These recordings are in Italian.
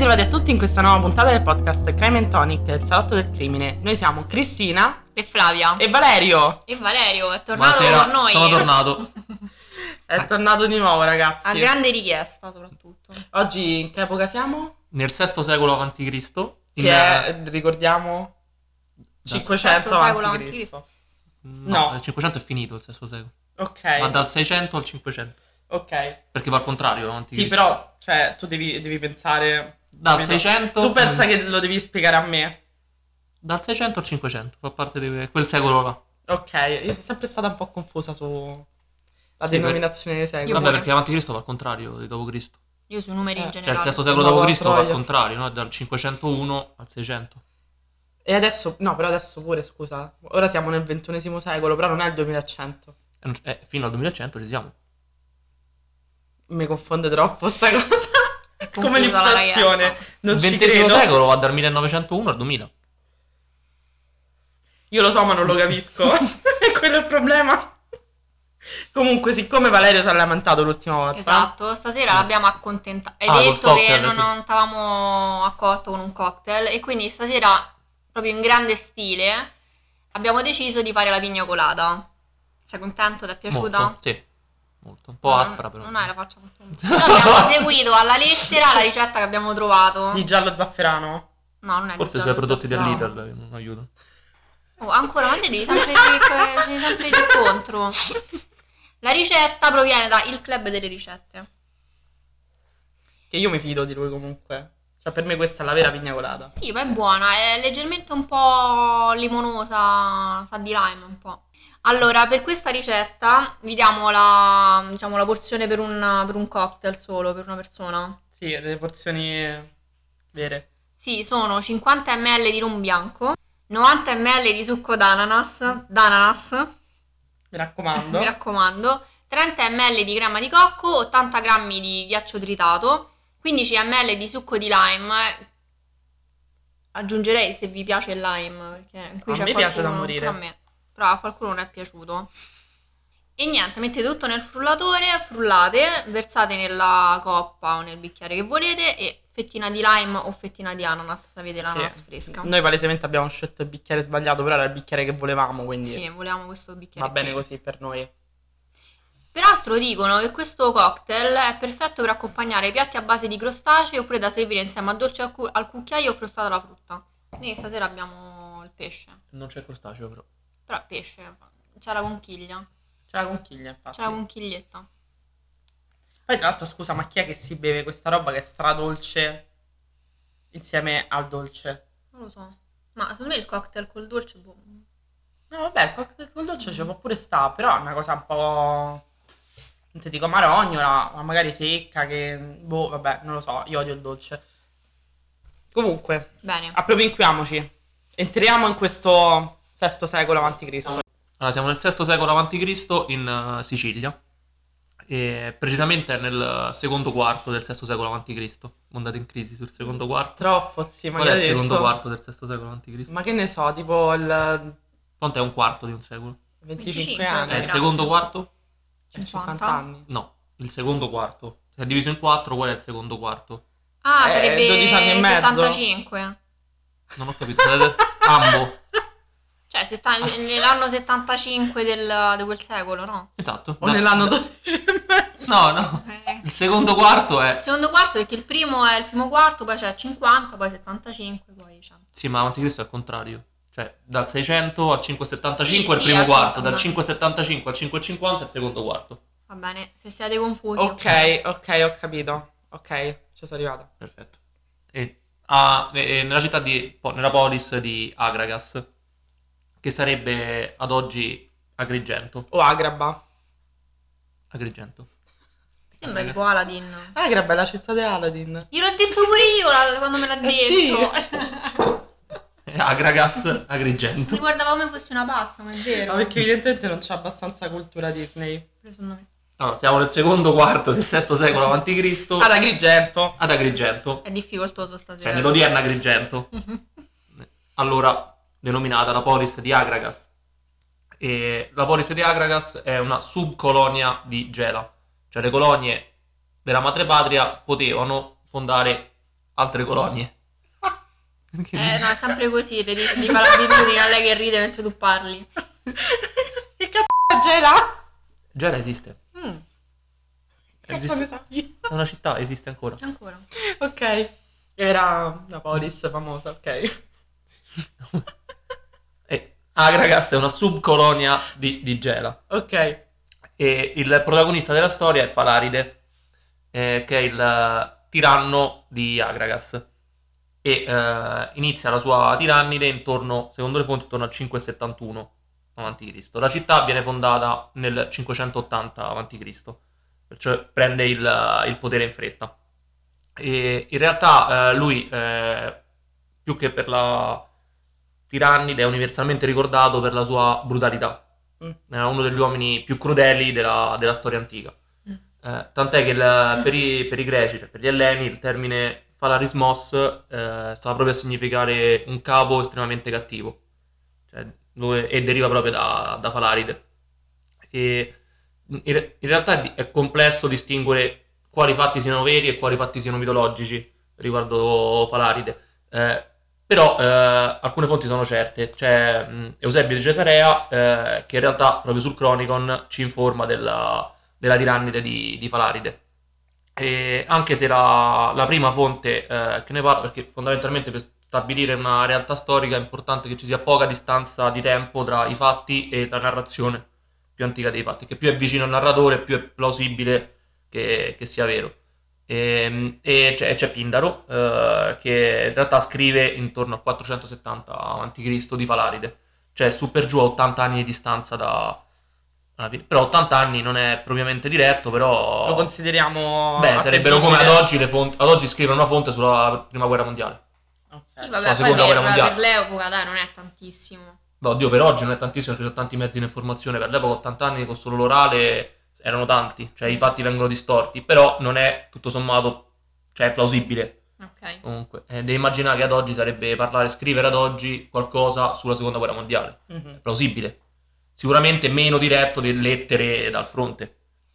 arrivati a tutti in questa nuova puntata del podcast Crime and Tonic, il salotto del crimine. Noi siamo Cristina e Flavia e Valerio. E Valerio è tornato Buonasera, con noi. sono tornato. È tornato di nuovo, ragazzi. A grande richiesta, soprattutto. Oggi in che epoca siamo? Nel VI secolo a.C. Che è, ricordiamo, 500 secolo a.C. No, il 500 è finito il VI secolo. Ok. Va dal 600 al 500. Ok. Perché va al contrario avanti. Sì, però, cioè, tu devi pensare... Dal 600... Tu pensa che lo devi spiegare a me? Dal 600 al 500, fa parte di quel secolo là. Ok, io sono sempre stata un po' confusa su la Sì, denominazione dei secoli. Vabbè, perché avanti Cristo va al contrario di dopo Cristo. Io sui numeri in Cioè il generale. VI secolo No, dopo Cristo va al Troia. contrario, no? Dal 501 al 600. E adesso, no, però adesso pure, scusa, ora siamo nel XXI secolo, però non è il 2100. Fino al 2100 ci siamo. Mi confonde troppo sta cosa. È come confusa la l'inflazione. ragazza. Non Il ci XX credo. secolo va dal 1901 al 2000. Io lo so, ma non lo capisco. E quello è il problema. Comunque, siccome Valerio si è lamentato l'ultima volta. Esatto, stasera l'abbiamo accontentato. Hai col detto che cocktail, non sì. stavamo accorto con un cocktail e quindi stasera, proprio in grande stile, abbiamo deciso di fare la pigna colada. Sei contento? Ti è piaciuta? Molto, sì. Molto. Un po' aspra però. Non hai la faccia molto. Noi abbiamo seguito alla lettera la ricetta che abbiamo trovato. Di giallo zafferano. No, non è Forse di sono i giallo prodotti del zafferano. Lidl che non aiutano. Oh, ancora, ma te devi sempre dire contro. La ricetta proviene da Il Club delle Ricette. Che io mi fido di lui comunque. Cioè, per me questa è la vera pigna colada. Sì, ma è buona, è leggermente un po' limonosa, sa di lime un po'. Allora, per questa ricetta vi diamo la, diciamo, la porzione per un cocktail solo, per una persona. Sì, le porzioni vere. Sì, sono 50 ml di rum bianco, 90 ml di succo d'ananas, Mi raccomando. mi raccomando, 30 ml di crema di cocco, 80 grammi di ghiaccio tritato, 15 ml di succo di lime. Aggiungerei se vi piace il lime, perché qui A c'è me piace da qualcuno, morire. pure a me, però a qualcuno non è piaciuto. E niente, mettete tutto nel frullatore, frullate, versate nella coppa o nel bicchiere che volete e fettina di lime o fettina di ananas, se avete l'ananas Sì. fresca. Noi palesemente abbiamo scelto il bicchiere sbagliato, però era il bicchiere che volevamo, quindi Sì, volevamo questo bicchiere va bene qui. così per noi. Peraltro dicono che questo cocktail è perfetto per accompagnare i piatti a base di crostacei oppure da servire insieme a dolce al cucchiaio o crostata alla frutta. Quindi stasera abbiamo il pesce. Non c'è crostaceo però. Però pesce, c'è la conchiglia, C'è la conchiglia, infatti. c'è la conchiglietta. Poi tra l'altro, scusa, ma chi è che si beve questa roba che è stradolce insieme al dolce? Non lo so. Ma secondo me il cocktail col dolce boh. No, vabbè, il cocktail col dolce ci può pure sta, però è una cosa un po'... non ti dico marognola, ma magari secca, che... boh, vabbè, non lo so, io odio il dolce. Comunque, Bene. appropinquiamoci. Entriamo in questo VI secolo a.C. Allora, siamo nel VI secolo a.C. in Sicilia, e precisamente nel secondo quarto del VI secolo a.C. Andate in crisi sul secondo quarto. Troppo, sì, ma Qual è che il hai secondo detto? quarto del VI secolo a.C.? Ma che ne so, tipo il Quanto è un quarto di un secolo? 25 25 anni, È il Grazie. secondo quarto? 50 anni. No, il secondo quarto. Se è diviso in 4, qual è il secondo quarto? Ah, sarebbe 12 anni e mezzo. 75. Non ho capito. Ambo. Cioè, nell'anno 75 di quel secolo, no? Esatto. O nell'anno 12 e mezzo. No, no. Il secondo quarto è... Il secondo quarto, perché il primo è il primo quarto, poi c'è 50, poi 75, poi 100. Sì, ma a.C. è al contrario. Cioè, dal 600 al 575 è Sì, il primo sì, quarto, dal vabbè. 575 al 550 è il secondo quarto. Va bene, se siete confusi. Ok, ho capito. Ok, ci sono arrivata. Perfetto. E nella città nella polis di Agragas, che sarebbe ad oggi Agrigento. O Agraba. Agrigento. Sembra tipo Aladdin. Agraba è la città di Aladdin. Gliel'ho detto pure io quando me l'ha detto. Agragas, Agrigento. Mi guardava come fossi una pazza, ma è vero. Ma perché evidentemente non c'è abbastanza cultura Disney. Secondo me. Allora, siamo nel secondo quarto del VI secolo a.C. Ad Agrigento. ad Agrigento, È difficoltoso stasera. cioè nell'odierna Agrigento, allora denominata la polis di Agragas. E la polis di Agragas è una subcolonia di Gela, cioè le colonie della madrepatria potevano fondare altre colonie. No, è sempre così, ti fa l'abitudine a lei che ride mentre tu parli. Che cazzo è Gela? Gela esiste. Cazzo ne sai? È una città, esiste ancora. Ancora. Ok. Era una polis famosa, ok. E Agragas è una subcolonia di Gela. Ok. E il protagonista della storia è Falaride, che è il tiranno di Agragas. E inizia la sua tirannide intorno, secondo le fonti, intorno al 571 a.C. La città viene fondata nel 580 a.C., perciò prende il potere in fretta. E in realtà lui, più che per la tirannide, è universalmente ricordato per la sua brutalità. Era uno degli uomini più crudeli della storia antica. Tant'è che per i greci, cioè per gli elleni, il termine Phalarismos stava proprio a significare un capo estremamente cattivo. Cioè, e deriva proprio da Falaride. E in realtà è complesso distinguere quali fatti siano veri e quali fatti siano mitologici riguardo Falaride. Però alcune fonti sono certe. C'è Eusebio di Cesarea che in realtà proprio sul Chronicon ci informa della tirannide di Falaride. E anche se la prima fonte che ne parla, perché fondamentalmente per stabilire una realtà storica è importante che ci sia poca distanza di tempo tra i fatti e la narrazione più antica dei fatti, che più è vicino al narratore più è plausibile che sia vero. E c'è Pindaro che in realtà scrive intorno al 470 a.C. di Falaride, cioè su per giù a 80 anni di distanza però 80 anni non è propriamente diretto, però Lo consideriamo... beh, sarebbero come ad attendibile. oggi le fonti. Ad oggi scrivere una fonte sulla prima guerra mondiale. Ok. Sì, Sulla vabbè, poi seconda guerra mondiale. per l'epoca, dai, non è tantissimo. No, oddio, per oggi non è tantissimo perché sono tanti mezzi di informazione. Per l'epoca 80 anni con solo l'orale erano tanti, cioè i fatti vengono distorti, però non è tutto sommato, cioè è plausibile. Ok. Comunque, devi immaginare che ad oggi sarebbe scrivere ad oggi qualcosa sulla seconda guerra mondiale. Mhm. È plausibile. Sicuramente meno diretto di lettere dal fronte.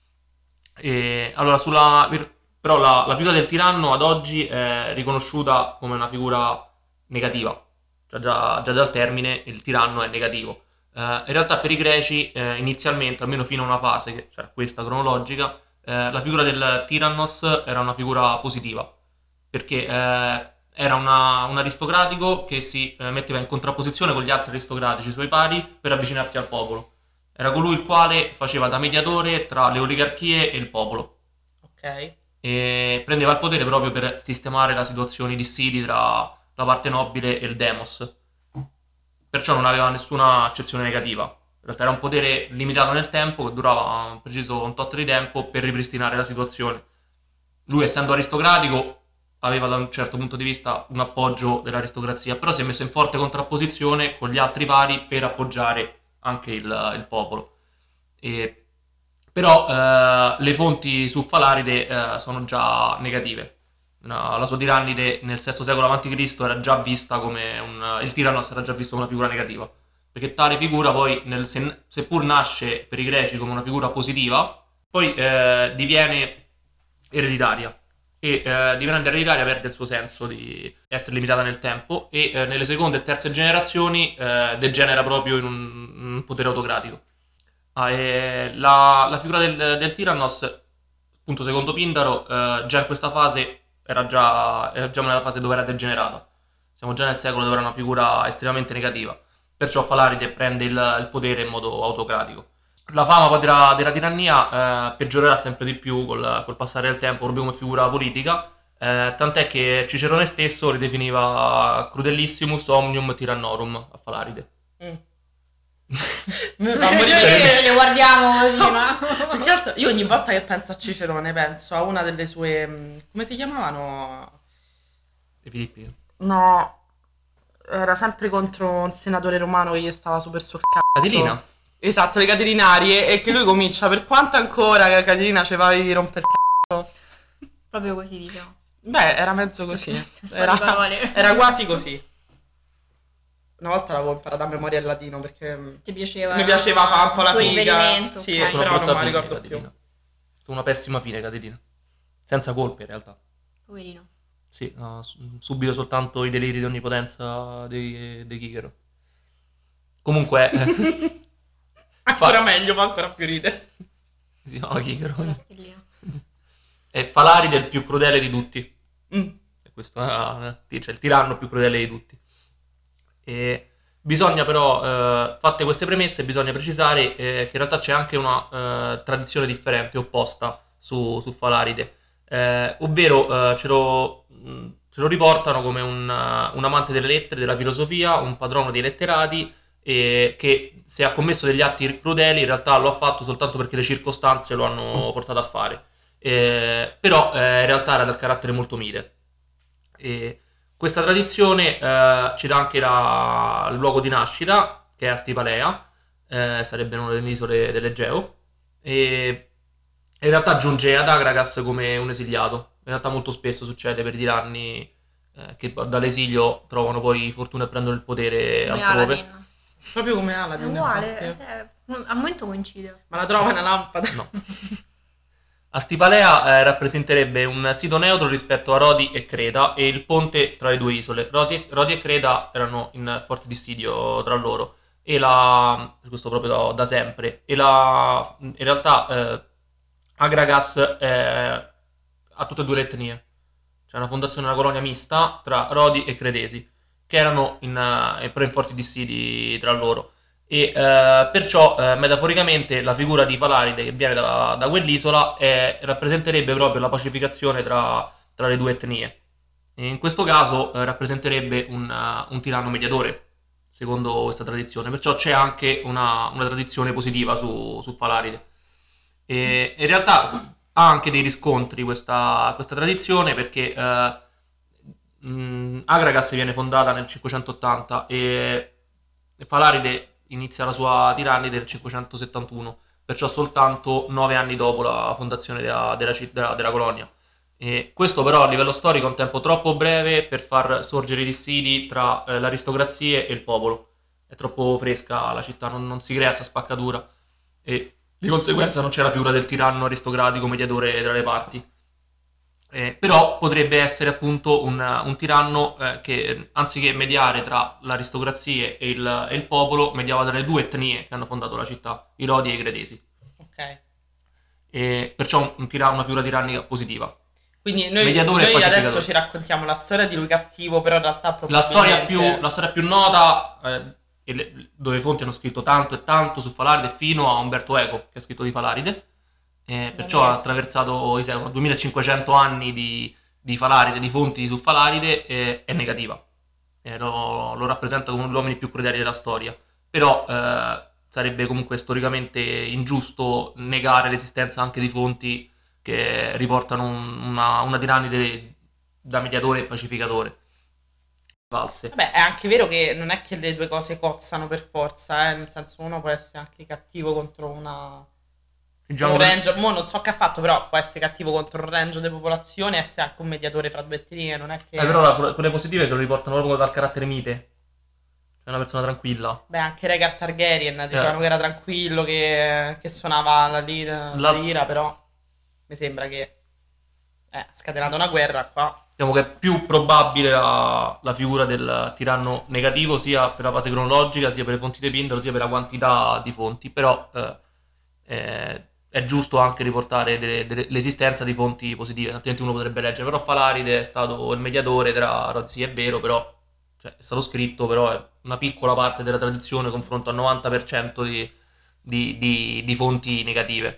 E allora, però la figura del tiranno ad oggi è riconosciuta come una figura negativa. Cioè già dal termine il tiranno è negativo. In realtà per i greci inizialmente, almeno fino a una fase, che cioè questa cronologica, la figura del tirannos era una figura positiva, perché era un aristocratico che si metteva in contrapposizione con gli altri aristocratici suoi pari per avvicinarsi al popolo. Era colui il quale faceva da mediatore tra le oligarchie e il popolo Ok. e prendeva il potere proprio per sistemare la situazione dissidi tra la parte nobile e il demos. Perciò non aveva nessuna accezione negativa. In realtà era un potere limitato nel tempo che durava un preciso un tot di tempo per ripristinare la situazione. Lui, essendo aristocratico, aveva da un certo punto di vista un appoggio dell'aristocrazia, però si è messo in forte contrapposizione con gli altri pari per appoggiare anche il popolo. Però le fonti su Falaride sono già negative. La sua tirannide nel VI secolo a.C. era già vista come il tirannos era già visto come una figura negativa, perché tale figura poi, seppur nasce per i greci come una figura positiva, poi diviene ereditaria e divenendo ereditaria perde il suo senso di essere limitata nel tempo e nelle seconde e terze generazioni degenera proprio in un potere autocratico. E la figura del tirannos, appunto secondo Pindaro, già in questa fase era già nella fase dove era degenerata. Siamo già nel secolo dove era una figura estremamente negativa. Perciò Falaride prende il potere in modo autocratico. La fama poi della tirannia peggiorerà sempre di più col passare del tempo, proprio come figura politica. Tant'è che Cicerone stesso ridefiniva Crudellissimus omnium tyrannorum a Falaride. Mi fa morire. Le guardiamo così, ma... Più che altro, io ogni volta che penso a Cicerone penso a una delle sue... come si chiamavano? E Filippi. No, era sempre contro un senatore romano che gli stava super sul cazzo. Caterina? Esatto, le Caterinarie. E che lui comincia, per quanto ancora che Caterina ci va di rompere cazzo. Proprio così, diciamo. Beh, era mezzo così. Fuori parole. Era quasi così. Una volta l'avevo imparata a memoria il latino perché Ti piaceva? mi piaceva fare un po' la tuo figa. riferimento, Sì, ok. però non me la fine, ricordo Caterina. più. Una pessima fine, Caterina. Senza colpe, in realtà. Poverino. Sì, no, subito soltanto i deliri di onnipotenza di Kikero. Comunque, Ancora meglio, fa ancora più ridere. si chiama Kikero. Con la stellina. È Falaride il più crudele di tutti. Mm. E questo cioè il tiranno più crudele di tutti. E bisogna però, fatte queste premesse, bisogna precisare che in realtà c'è anche una tradizione differente, opposta su Falaride. Ovvero ce lo riportano come un amante delle lettere, della filosofia, un patrono dei letterati, e che se ha commesso degli atti crudeli in realtà lo ha fatto soltanto perché le circostanze lo hanno portato a fare. Però in realtà era dal carattere molto mite. E questa tradizione ci dà anche il luogo di nascita, che è Astipalea, sarebbe una delle isole dell'Egeo, e in realtà giunge ad Agragas come un esiliato. In realtà molto spesso succede per i tiranni che dall'esilio trovano poi fortuna e prendono il potere Come altrove. Aladdin. Proprio come È Aladdin. uguale, infatti. al momento coincide. Ma la trova una lampada. No. Astipalea rappresenterebbe un sito neutro rispetto a Rodi e Creta e il ponte tra le due isole. Rodi e Creta erano in forte dissidio tra loro, e questo proprio da sempre. In realtà Agragas ha tutte e due le etnie. C'è una fondazione, una colonia mista tra Rodi e Cretesi, che erano però in forti dissidi tra loro. E perciò metaforicamente la figura di Falaride che viene da quell'isola rappresenterebbe proprio la pacificazione tra le due etnie. E in questo caso rappresenterebbe un tiranno mediatore, secondo questa tradizione. Perciò c'è anche una tradizione positiva su Falaride. E in realtà ha anche dei riscontri questa tradizione, perché Agragas viene fondata nel 580 e Falaride inizia la sua tirannide nel 571, perciò soltanto 9 anni dopo la fondazione della colonia. E questo però a livello storico è un tempo troppo breve per far sorgere i dissidi tra l'aristocrazia e il popolo. È troppo fresca la città, non si crea questa spaccatura, e di conseguenza non c'è la figura del tiranno aristocratico mediatore tra le parti. Però potrebbe essere appunto un tiranno che, anziché mediare tra l'aristocrazia e il popolo, mediava tra le due etnie che hanno fondato la città, i Rodi e i Cretesi. Ok. E perciò una figura tirannica positiva. Quindi noi Mediatore e adesso pacificatore. ci raccontiamo la storia di lui cattivo, però in realtà La storia probabilmente... più nota, dove le fonti hanno scritto tanto e tanto su Falaride, fino a Umberto Eco, che ha scritto di Falaride. Perciò ha attraversato i 2500 anni di Falaride, di fonti su Falaride, è negativa. Lo rappresenta come uno degli uomini più crudeli della storia. Però sarebbe comunque storicamente ingiusto negare l'esistenza anche di fonti che riportano una tirannide da mediatore e pacificatore. False. Vabbè, è anche vero che non è che le due cose cozzano per forza, nel senso uno può essere anche cattivo contro Diciamo un che- range, mo non so che ha fatto, però può essere cattivo contro un range di popolazione e essere anche un mediatore fra due etnie, non è che... però quelle positive te lo riportano proprio dal carattere mite. Cioè una persona tranquilla. Beh, anche Rhaegar Targaryen dicevano che era tranquillo, che suonava la lira, però mi sembra che ha scatenato una guerra qua. Diciamo che è più probabile la figura del tiranno negativo, sia per la fase cronologica, sia per le fonti di Pindaro, sia per la quantità di fonti. Però è giusto anche riportare l'esistenza di fonti positive, altrimenti uno potrebbe leggere però Falaride è stato il mediatore tra... Sì, è vero, però cioè, è stato scritto, però è una piccola parte della tradizione confronto al 90% di fonti negative.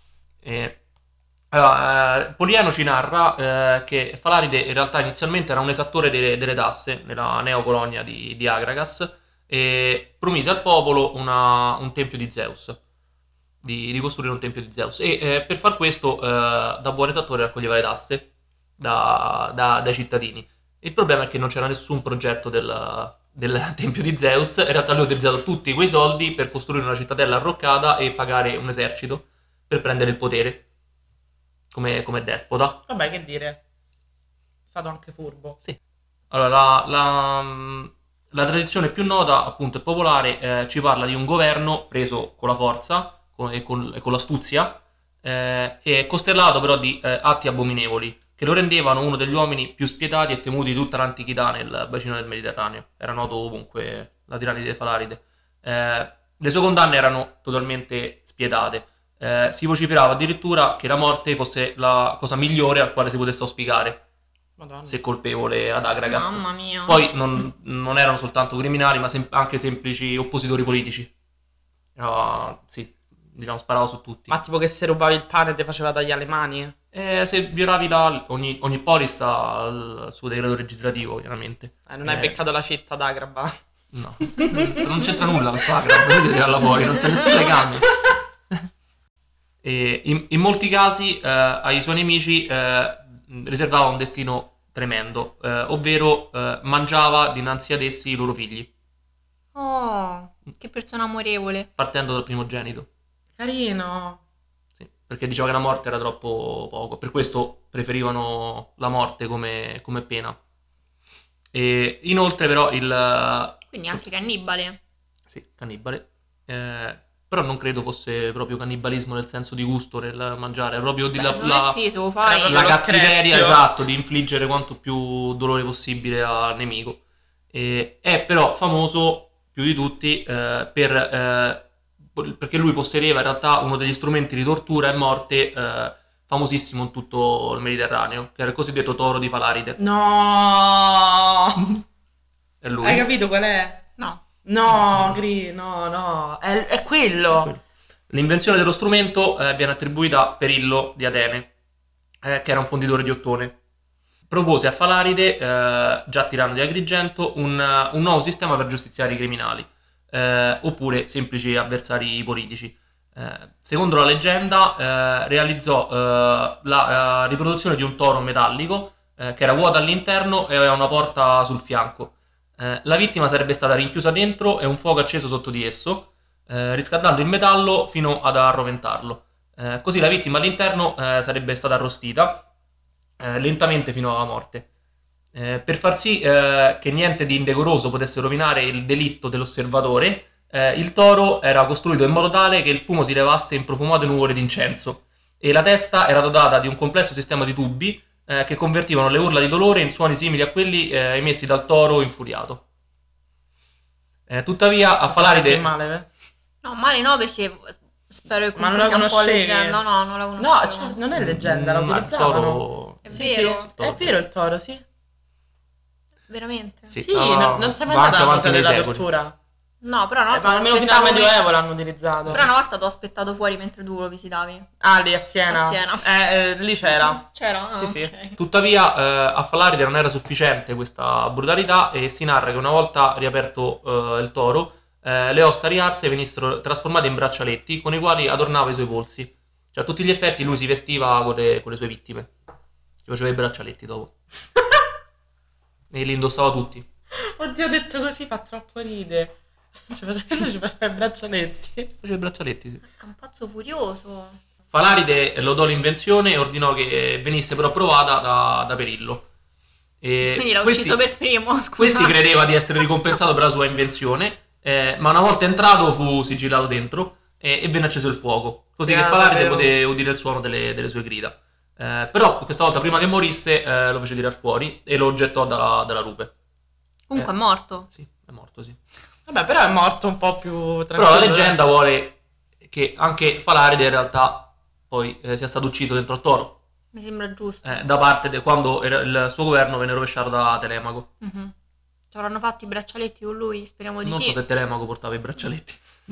Polieno ci narra che Falaride in realtà inizialmente era un esattore delle tasse nella neocolonia di Agragas, e promise al popolo un tempio di Zeus, di costruire un tempio di Zeus, e per far questo da buon esattore raccoglieva le tasse dai cittadini. Il problema è che non c'era nessun progetto del tempio di Zeus. In realtà lui ha utilizzato tutti quei soldi per costruire una cittadella arroccata e pagare un esercito per prendere il potere come despota. Vabbè, che dire, è stato anche furbo. Sì. Allora, la tradizione più nota, appunto, e popolare, ci parla di un governo preso con la forza e con l'astuzia, e costellato però di atti abominevoli, che lo rendevano uno degli uomini più spietati e temuti di tutta l'antichità nel bacino del Mediterraneo. Era noto ovunque la tirannide Falaride. Le sue condanne erano totalmente spietate. Si vociferava addirittura che la morte fosse la cosa migliore al quale si potesse auspicare, Madonna. se colpevole ad Agragas. Mamma mia. Poi non erano soltanto criminali, ma anche semplici oppositori politici. Sì, diciamo, sparava su tutti. Ma tipo che se rubavi il pane te faceva tagliare le mani? Se violavi ogni polis ha il suo decreto legislativo, chiaramente. Non hai beccato la città d'Agraba. No, non c'entra nulla questo Agrab, non tirarla fuori, non c'è nessun legame. E in molti casi ai suoi nemici riservava un destino tremendo, ovvero mangiava dinanzi ad essi i loro figli, Oh, che persona amorevole. partendo dal primogenito. Carino. Sì, perché diceva che la morte era troppo poco, per questo preferivano la morte come pena. E inoltre però Quindi anche cannibale. Sì, cannibale. Però non credo fosse proprio cannibalismo nel senso di gusto nel mangiare, è proprio Beh, secondo me sì, se lo fai. Era la lo cattiveria, screzio. esatto, di infliggere quanto più dolore possibile al nemico. È però famoso più di tutti perché lui possedeva in realtà uno degli strumenti di tortura e morte famosissimo in tutto il Mediterraneo, che era il cosiddetto toro di Falaride. No. È lui. Hai capito qual è? No. No, no. È quello. L'invenzione dello strumento viene attribuita a Perillo di Atene, che era un fonditore di ottone. Propose a Falaride, già tiranno di Agrigento, un nuovo sistema per giustiziare i criminali, oppure semplici avversari politici. Secondo la leggenda, realizzò la riproduzione di un toro metallico che era vuoto all'interno e aveva una porta sul fianco. La vittima sarebbe stata rinchiusa dentro e un fuoco acceso sotto di esso, riscaldando il metallo fino ad arroventarlo. Così la vittima all'interno sarebbe stata arrostita lentamente fino alla morte. Per far sì che niente di indecoroso potesse rovinare il delitto dell'osservatore, il toro era costruito in modo tale che il fumo si levasse in profumate nuvole d'incenso e la testa era dotata di un complesso sistema di tubi che convertivano le urla di dolore in suoni simili a quelli emessi dal toro infuriato. Tuttavia a Falaride Male, No, male no, perché spero che Ma non comunque la sia un po' conoscevi? leggenda. No, non la no, conoscevo. cioè, non è leggenda, la il utilizzavano. toro È Sì, vero? sì, è vero il toro, sì. Veramente? Sì. Sì, Ah, non sei mai va andata anche al museo avanti nei della secoli. tortura. No, però una volta Ma t'ho almeno fino al aspettato Medioevo l'hanno utilizzato. Però una volta t'ho aspettato fuori mentre tu lo visitavi. Ah, lì a Siena. A Siena. Lì c'era. C'era? Sì, sì. ok. Tuttavia a Falaride non era sufficiente questa brutalità e si narra che una volta riaperto il toro, le ossa riarse venissero trasformate in braccialetti con i quali adornava i suoi polsi. Cioè a tutti gli effetti lui si vestiva con le sue vittime. Si faceva i braccialetti dopo. E li indossava tutti. Oddio, detto così fa troppo ride. Ci faceva i braccialetti. Faceva i braccialetti, sì. È un pazzo furioso. Falaride lodò l'invenzione e ordinò che venisse però approvata da Perillo. E Quindi l'ha ucciso per primo, scusa. Questi credeva di essere ricompensato per la sua invenzione, ma una volta entrato fu sigillato dentro e venne acceso il fuoco, così che Falaride davvero. poté udire il suono delle sue grida. Però questa volta prima che morisse lo fece tirar fuori e lo gettò dalla rupe. Comunque è morto. Sì, è morto, sì. Vabbè, però è morto un po' più tranquillo. Però la leggenda vuole che anche Falaride in realtà poi sia stato ucciso dentro al toro, Mi sembra giusto. da parte quando il suo governo venne rovesciato da Telemaco. Mhm. Ci avranno fatto i braccialetti con lui? Speriamo di Non sì. so se Telemaco portava i braccialetti.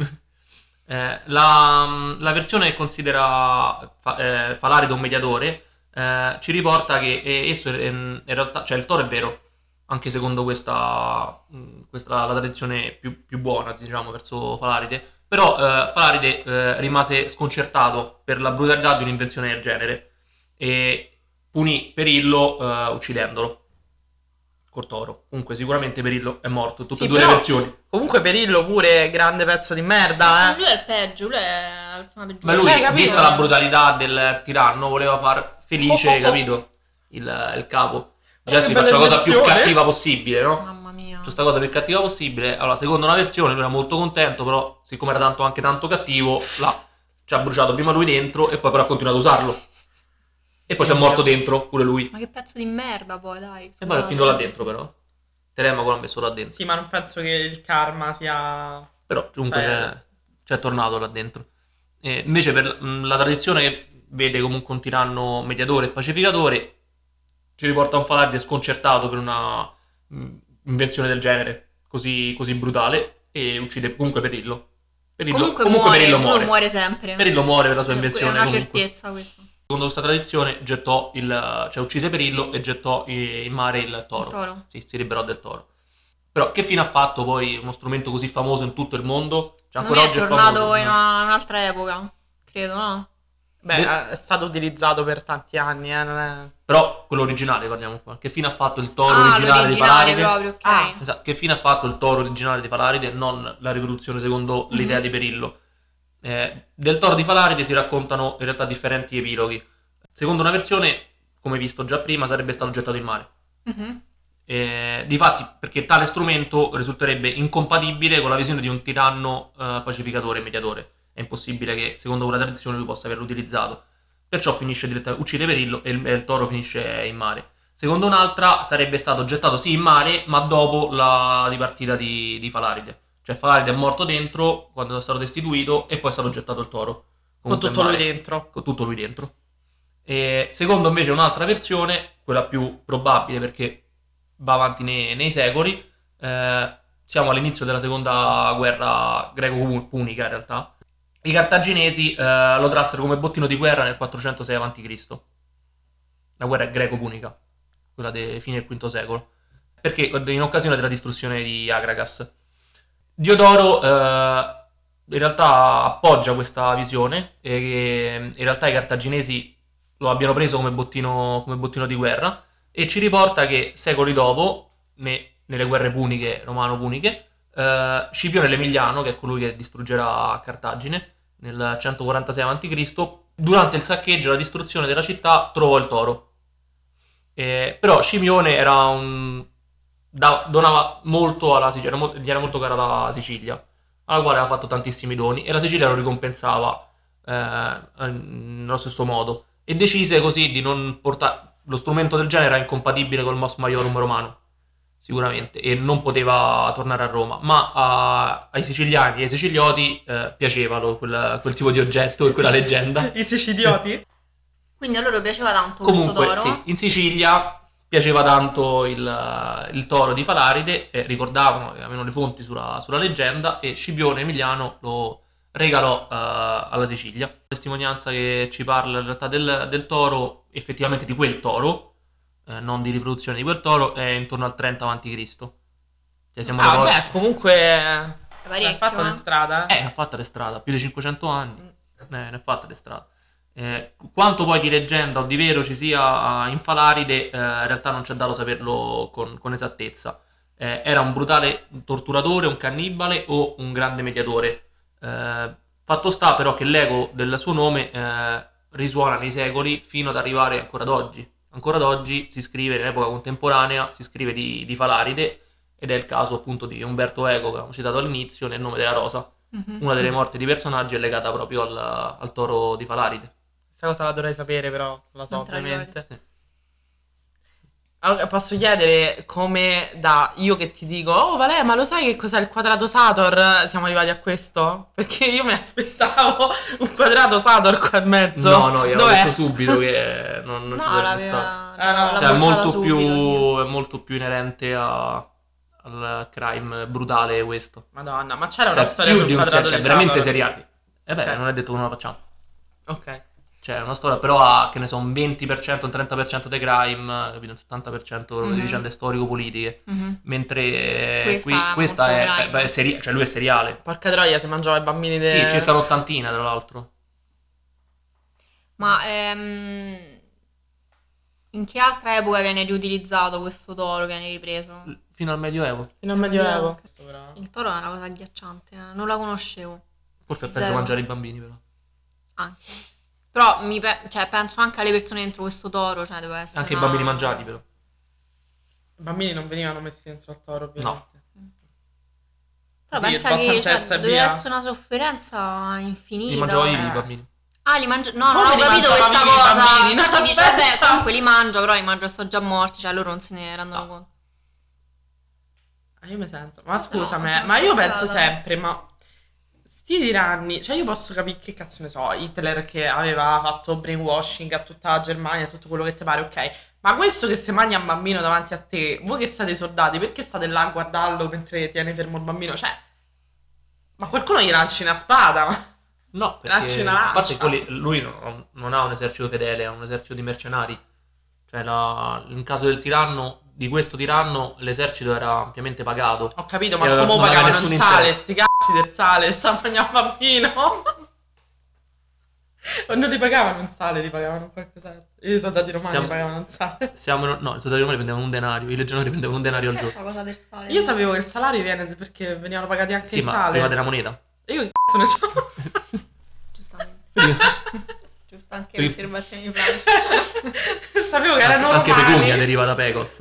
La versione che considera Falaride un mediatore ci riporta che esso in realtà, cioè il toro è vero, anche secondo questa la tradizione più buona, diciamo, verso Falaride, però Falaride rimase sconcertato per la brutalità di un'invenzione del genere e punì Perillo uccidendolo col toro. Comunque sicuramente Perillo è morto, tutte Sì, e due le però versioni. Comunque Perillo pure grande pezzo di merda, Lui è il peggio, lui è la persona peggiore. Ma lui, Cioè, capito? vista la brutalità del tiranno, voleva far felice, capito? Il capo. Già Che si bella faccia la cosa più invenzione. cattiva possibile, no? Mamma mia. C'è sta cosa più cattiva possibile. Allora, secondo una versione, lui era molto contento, però, siccome era anche tanto cattivo, ci ha bruciato prima lui dentro e poi però ha continuato a usarlo. E poi c'è morto dentro, pure lui. Ma che pezzo di merda poi, dai. E poi è scusate. finito là dentro però. Telemaco l'ha messo là dentro. Sì, ma non penso che il karma sia... Però comunque Cioè- c'è tornato là dentro. E invece per la tradizione che vede comunque un tiranno mediatore e pacificatore, ci riporta un Falardi sconcertato per una invenzione del genere, così brutale, e uccide comunque Perillo. Comunque Perillo muore, muore. lui muore sempre. Perillo muore per la sua È invenzione una comunque. certezza questa. Secondo questa tradizione cioè uccise Perillo e gettò in mare il toro. Il toro. Sì, si liberò del toro. Però che fine ha fatto poi uno strumento così famoso in tutto il mondo? Cioè, Secondo me è tornato famoso. in un'altra epoca, credo, no? Beh, è stato utilizzato per tanti anni, non è... Però quello originale parliamo qua. Che fine ha fatto il toro Ah, originale di l'originale Falaride? proprio, ok. Ah. Esatto, che fine ha fatto il toro originale di Falaride, non la riproduzione secondo l'idea di Perillo. Del toro di Falaride si raccontano in realtà differenti epiloghi. Secondo una versione, come visto già prima, sarebbe stato gettato in mare. Difatti, perché tale strumento risulterebbe incompatibile con la visione di un tiranno pacificatore e mediatore. È impossibile che, secondo quella tradizione, lui possa averlo utilizzato. Perciò finisce direttamente, uccide Perillo e il toro finisce in mare. Secondo un'altra sarebbe stato gettato sì in mare, ma dopo la dipartita di Falaride. Cioè Falaride è morto dentro quando è stato destituito e poi è stato gettato il toro. Con Comunque in tutto lui mare. dentro. Con tutto lui dentro. E secondo invece un'altra versione, quella più probabile perché va avanti nei secoli, siamo all'inizio della seconda guerra greco-punica in realtà. I cartaginesi lo trassero come bottino di guerra nel 406 a.C. La guerra greco-punica, quella dei fine del V secolo, perché in occasione della distruzione di Agragas. Diodoro in realtà appoggia questa visione e che in realtà i cartaginesi lo abbiano preso come bottino di guerra e ci riporta che secoli dopo, nelle guerre puniche, romano-puniche, Scipione l'Emiliano, che è colui che distruggerà Cartagine nel 146 a.C., durante il saccheggio e la distruzione della città trovò il toro. Però Scipione donava molto alla Sicilia, gli era molto cara la Sicilia, alla quale aveva fatto tantissimi doni e la Sicilia lo ricompensava nello stesso modo e decise così di non portare lo strumento del genere, era incompatibile col Mos Maiorum romano sicuramente e non poteva tornare a Roma, ma ai siciliani e ai sicilioti piaceva quel tipo di oggetto e quella leggenda. I sicilioti? Quindi a loro piaceva tanto questo Comunque toro. sì, in Sicilia piaceva tanto il toro di Falaride, ricordavano, avevano le fonti sulla leggenda e Scipione Emiliano lo regalò alla Sicilia. La testimonianza che ci parla in realtà del toro, effettivamente di quel toro, non di riproduzione di quel toro, è intorno al 30 a.C. Cioè siamo Ah, arrivati- beh, comunque... È L'ha parecchio, fatta di strada? ne ha fatta le strade, più di 500 anni, ne ha fatta le strade. Quanto poi di leggenda o di vero ci sia in Falaride, in realtà non c'è dato saperlo con esattezza. Era un brutale torturatore, un cannibale o un grande mediatore. Fatto sta però che l'eco del suo nome risuona nei secoli fino ad arrivare ancora ad oggi. Ancora ad oggi si scrive, in epoca contemporanea, si scrive di Falaride ed è il caso appunto di Umberto Eco che abbiamo citato all'inizio nel nome della rosa. Una delle morti di personaggi è legata proprio al toro di Falaride. Questa cosa la dovrei sapere, però non la so Non te la ovviamente. Sì. Allora, posso chiedere come da io che ti dico, oh Valeria, ma lo sai che cos'è il quadrato Sator? Siamo arrivati a questo? Perché io mi aspettavo un quadrato Sator qua in mezzo. No, io avevo Dov'è? detto subito che non ci No, sarebbe stato. l'aveva no. Cioè, è bocciata molto, subito, sì. è molto più inerente al crime brutale questo. Madonna, ma c'era Cioè, una storia più sul di un quadrato cioè, di veramente Sator? seriati. E beh, Cioè. non è detto che non la facciamo. Ok. Cioè, è una storia però ha, che ne so, un 20%, un 30% dei crime, capito? Un 70% di vicende storico-politiche. Mentre Questa è molto crime. cioè lui è seriale. Porca troia, si mangiava i bambini Sì, circa un'ottantina, tra l'altro. Ma in che altra epoca viene riutilizzato questo toro, viene ripreso? Fino al Medioevo. fino al Medioevo. Il toro è una cosa agghiacciante, non la conoscevo. Forse è peggio Zero. mangiare i bambini, però. Anche. Però cioè, penso anche alle persone dentro questo toro, cioè deve essere Anche i una- bambini mangiati, però. I bambini non venivano messi dentro al toro, ovviamente. Però Sì, pensa botta in che testa cioè, e deve via. essere una sofferenza infinita. Li mangiavo io i bambini. Ah, li mangia. No, Come non ho li capito mangiava questa vivi i cosa. bambini? No, Infatti dice, vabbè, aspetta. comunque li mangio, però li mangio e sono già morti, cioè loro non se ne rendono conto. Io mi sento. Ma No, scusami, sono ma io penso scioccata. sempre, ma sti tiranni, cioè io posso capire che cazzo ne so, Hitler che aveva fatto brainwashing a tutta la Germania, tutto quello che ti pare, ok. Ma questo che se mangia un bambino davanti a te, voi che state soldati, perché state là a guardarlo mentre tiene fermo il bambino? Cioè, ma qualcuno gli lanci una spada? No, Lanci perché una a parte lancia. lui non ha un esercito fedele, ha un esercito di mercenari. Cioè, in caso del tiranno, di questo tiranno, l'esercito era ampiamente pagato. Ho capito, E ma come non aveva pagavano nessun il sale, interesse. sti cazzi del sale, sta mangiando un bambino? O non li pagavano un sale, li pagavano qualcos'altro. I soldati romani Siamo- pagavano un sale. No, i soldati romani prendevano un denario, i legionari prendevano un denario al Che è giorno. sta cosa del sale? Io sapevo che il salario viene perché venivano pagati anche Sì, il ma sale. prima della moneta. E io che cazzo ne so? Giustamente. Giusto, anche le osservazioni di Franco. Sapevo che erano Anche romani. pecunia deriva da pecos.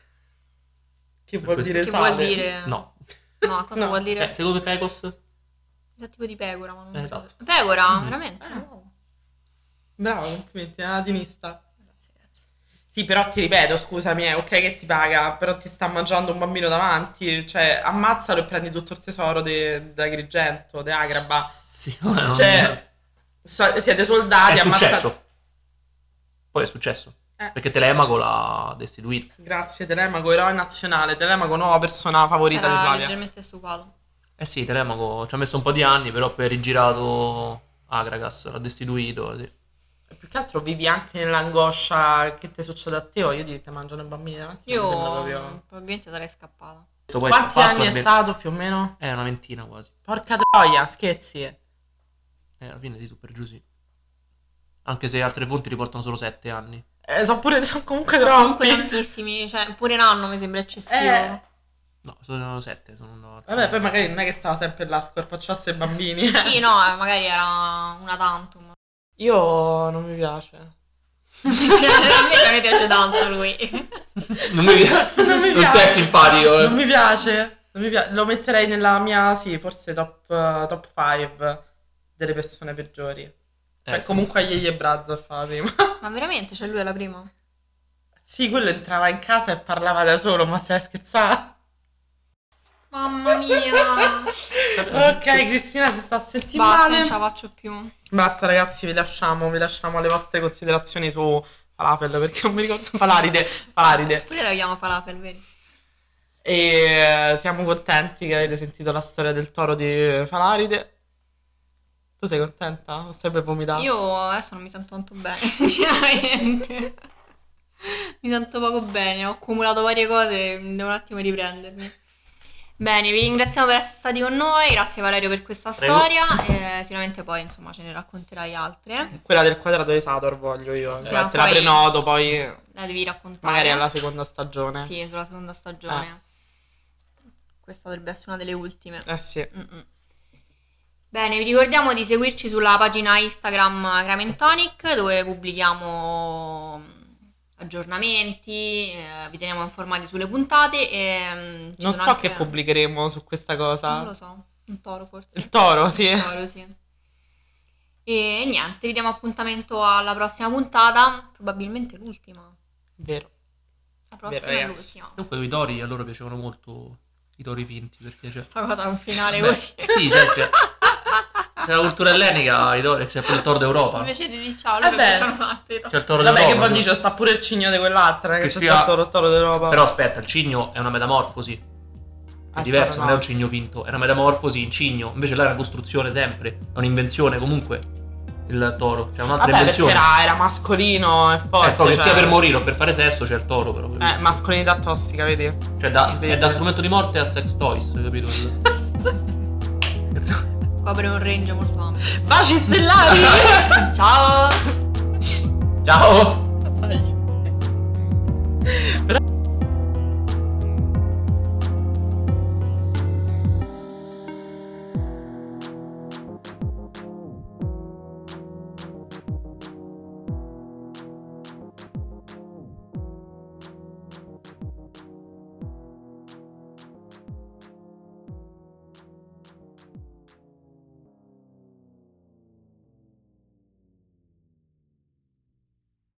Che vuol questo. dire Che sale? vuol dire? No. No, cosa No. vuol dire? Secondo me pecos? È tipo di pecora, ma non so. Esatto. Pecora? Veramente? Wow. Bravo, complimenti, è una latinista. Grazie. Sì, però ti ripeto, scusami, è ok che ti paga, però ti sta mangiando un bambino davanti, cioè ammazzalo e prendi tutto il tesoro di Agrigento, di Agraba. Sì, ma non- Cioè, siete soldati, è ammazzate. successo. Poi è successo. Eh. Perché Telemaco l'ha destituito. Grazie, Telemaco, eroe nazionale, Telemaco, nuova persona favorita di Era Flavia. leggermente stupato. Eh sì, Telemaco ci ha messo un po' di anni, però poi ha rigirato Agragas, l'ha destituito. Sì. Più che altro vivi anche nell'angoscia che ti succede a te, o io ti mangiano i bambini davanti. Io mi sembra proprio... probabilmente sarei scappata. Questo poi Quanti fatto anni è almeno- stato più o meno? Una ventina quasi. Porca troia, scherzi. Alla fine sì, super giù sì. Anche se altre fonti riportano solo 7 anni. Sono comunque Sono comunque troppi. tantissimi, cioè pure un anno mi sembra eccessivo. No, sono 7. Vabbè, poi magari non è che stava sempre là a scorpacciarsi i bambini. Sì, no, magari era una tantum. Io non mi piace. A me piace tanto lui. Non mi piace. Non mi Non piace. ti è simpatico. Non mi piace. Non mi piace. Lo metterei nella mia, sì, forse top 5 delle persone peggiori. Cioè, Sì. comunque a Yeye e Brazza fa la prima. Ma veramente, cioè lui è la prima? Sì, quello entrava in casa e parlava da solo, ma stai scherzando? Mamma mia. Ok, Cristina si sta a sentire Basta, male. non ce la faccio più. Basta ragazzi, vi lasciamo alle vostre considerazioni su falafel, perché non mi ricordo Falaride. Pure la chiamo falafel, vedi? E siamo contenti che avete sentito la storia del toro di Falaride. Tu sei contenta? O stai per vomitare? Io adesso non mi sento tanto bene, sinceramente. Mi sento poco bene, ho accumulato varie cose, devo un attimo riprendermi. Bene, vi ringraziamo per essere stati con noi, grazie Valerio per questa Prego. storia e sicuramente poi insomma ce ne racconterai altre. Quella del quadrato di Sator voglio io. Prima o Te la poi- prenoto poi La devi raccontare. magari alla seconda stagione. Sì, sulla seconda stagione. Questa dovrebbe essere una delle ultime. Sì. Mm-mm. Bene, vi ricordiamo di seguirci sulla pagina Instagram Crime Tonic dove pubblichiamo aggiornamenti, vi teniamo informati sulle puntate e ci Non sono so anche- che pubblicheremo su questa cosa. Non lo so, un toro forse. Il toro, sì. Un toro, sì. E niente, vi diamo appuntamento alla prossima puntata, probabilmente l'ultima. Vero. La prossima Vero, è ragazzi. l'ultima. Comunque i tori a loro piacevano molto i tori finti perché c'è. Questa cosa è un finale Beh, così. Sì, c'è la cultura ellenica, i tori, c'è pure il toro d'Europa. Invece di dire ciao, loro Vabbè. piacciono tanto. C'è il toro Vabbè, d'Europa. che vuol pure. dire? Sta pure il cigno di quell'altra, che Che c'è sia- stato il toro d'Europa. Però aspetta, il cigno è una metamorfosi. È Ah, diverso, toro non no. è un cigno finto, è una metamorfosi in cigno. Invece là è una costruzione sempre, è un'invenzione comunque. Il toro, c'è un'altra Vabbè, perché invenzione. era mascolino e forte. Ecco, che cioè- sia per morire o per fare sesso c'è il toro però. mascolinità tossica, vedi? Cioè sì, è da strumento di morte a sex toys, capito? Copre un range molto ampio. Baci stellari! Ciao! Ciao!